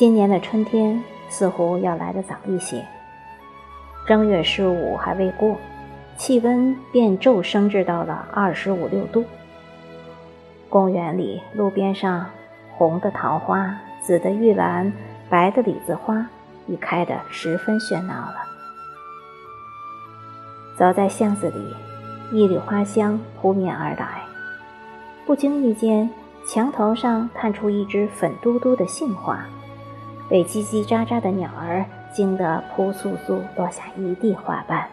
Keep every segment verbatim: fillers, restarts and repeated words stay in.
今年的春天似乎要来得早一些，正月十五还未过，气温便骤升至到了二十五六度。公园里路边上，红的桃花、紫的玉兰、白的李子花已开得十分喧闹了。走在巷子里，一缕花香扑面而来，不经意间，墙头上探出一只粉嘟嘟的杏花，被叽叽喳喳的鸟儿惊得扑簌簌落下一地花瓣。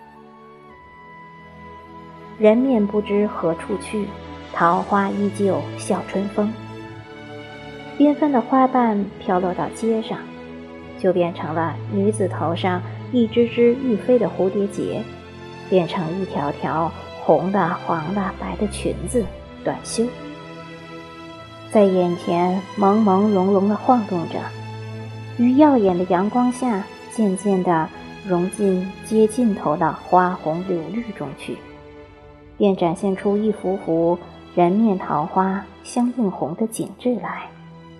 人面不知何处去，桃花依旧笑春风。缤纷的花瓣飘落到街上，就变成了女子头上一只只欲飞的蝴蝶结，变成一条条红的、黄的、白的裙子、短袖，在眼前朦朦胧胧地晃动着，于耀眼的阳光下渐渐地融进街尽头的花红柳绿中去，便展现出一幅幅人面桃花相映红的景致来。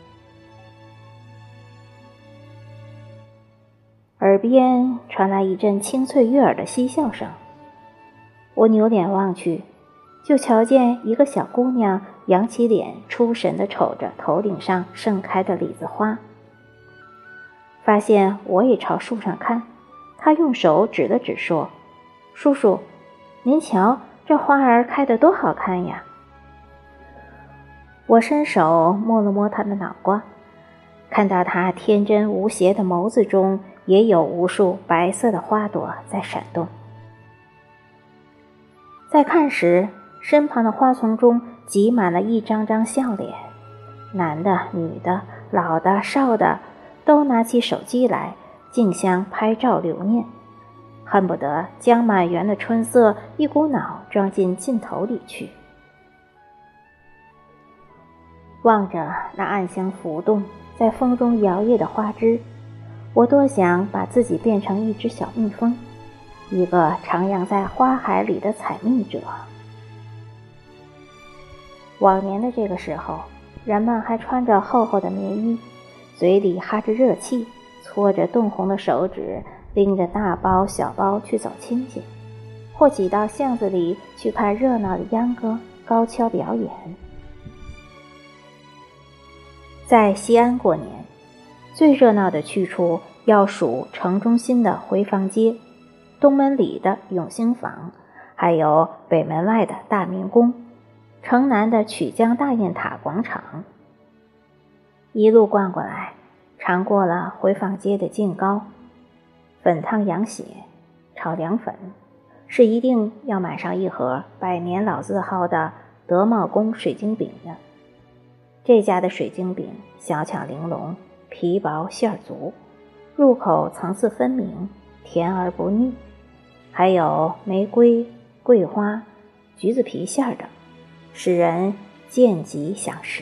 耳边传来一阵清脆悦耳的嬉笑声，我扭脸望去，就瞧见一个小姑娘扬起脸，出神地瞅着头顶上盛开的李子花。发现我也朝树上看，她用手指了指说：“叔叔，您瞧，这花儿开得多好看呀！”我伸手摸了摸她的脑瓜，看到她天真无邪的眸子中也有无数白色的花朵在闪动。再看时，身旁的花丛中挤满了一张张笑脸，男的、女的、老的、少的，都拿起手机来竞相拍照留念，恨不得将满园的春色一股脑装进镜头里去。望着那暗香浮动在风中摇曳的花枝，我多想把自己变成一只小蜜蜂，一个徜徉在花海里的采蜜者。往年的这个时候，人们还穿着厚厚的棉衣，嘴里哈着热气，搓着冻红的手指，拎着大包小包去走亲戚，或挤到巷子里去看热闹的秧歌、高跷表演。在西安过年，最热闹的去处要数城中心的回坊街、东门里的永兴坊，还有北门外的大明宫，城南的曲江大雁塔广场。一路逛过来，尝过了回坊街的劲糕、粉汤羊血、炒凉粉，是一定要买上一盒百年老字号的德茂宫水晶饼的。这家的水晶饼小巧玲珑，皮薄馅儿足，入口层次分明，甜而不腻，还有玫瑰、桂花、橘子皮馅的，使人见即想食。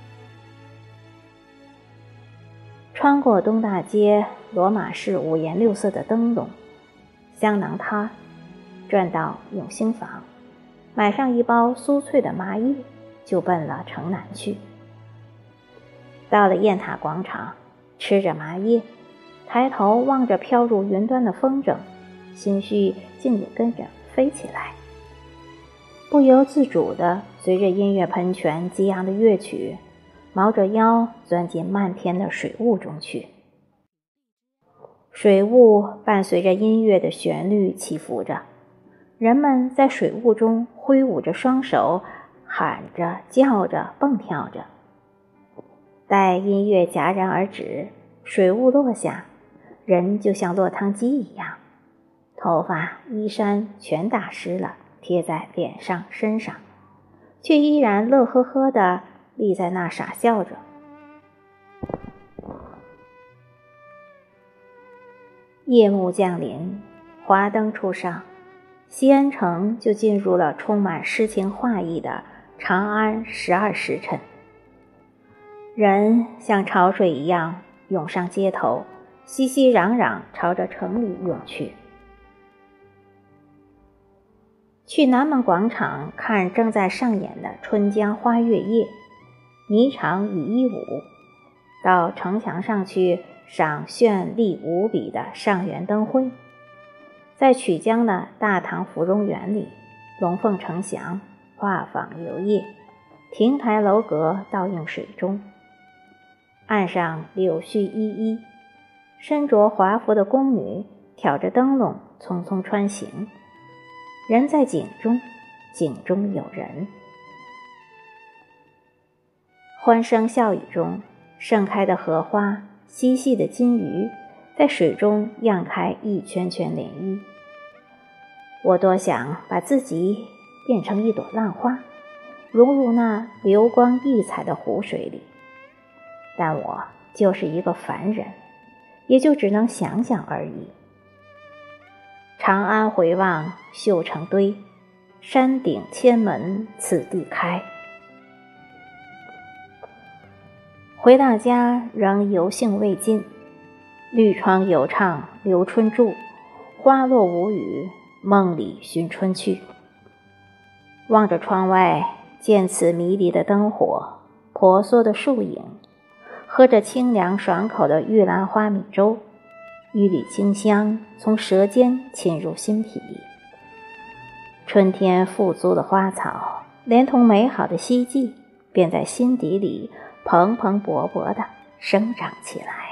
穿过东大街罗马式五颜六色的灯笼、香囊摊，转到永兴坊，买上一包酥脆的麻叶，就奔了城南去。到了雁塔广场，吃着麻叶，抬头望着飘入云端的风筝，心绪竟也跟着飞起来，不由自主地随着音乐喷泉激昂的乐曲，猫着腰钻进漫天的水雾中去。水雾伴随着音乐的旋律起伏着，人们在水雾中挥舞着双手，喊着叫着蹦跳着。待音乐戛然而止，水雾落下，人就像落汤鸡一样，头发衣衫全打湿了，贴在脸上身上，却依然乐呵呵地立在那傻笑着。夜幕降临，华灯初上，西安城就进入了充满诗情画意的长安十二时辰。人像潮水一样涌上街头，熙熙攘攘朝着城里涌去。去南门广场看正在上演的春江花月夜、霓裳羽衣舞， 到城墙上去赏绚丽无比的上元灯会，在曲江的大唐芙蓉园里，龙凤呈祥，画舫游曳，亭台楼阁倒映水中，岸上柳絮依依，身着华服的宫女挑着灯笼匆匆穿行，人在井中，井中有人。欢声笑语中，盛开的荷花，嬉戏的金鱼，在水中漾开一圈圈涟漪。我多想把自己变成一朵浪花，融入那流光溢彩的湖水里，但我就是一个凡人，也就只能想想而已。长安回望绣成堆，山顶千门此地开。回到家仍游兴未尽，绿窗有唱留春住，花落无语梦里寻春去。望着窗外，见此迷离的灯火，婆娑的树影，喝着清凉爽口的玉兰花米粥，一缕清香从舌尖沁入心脾。春天复苏的花草，连同美好的希冀，便在心底里蓬蓬勃勃地生长起来。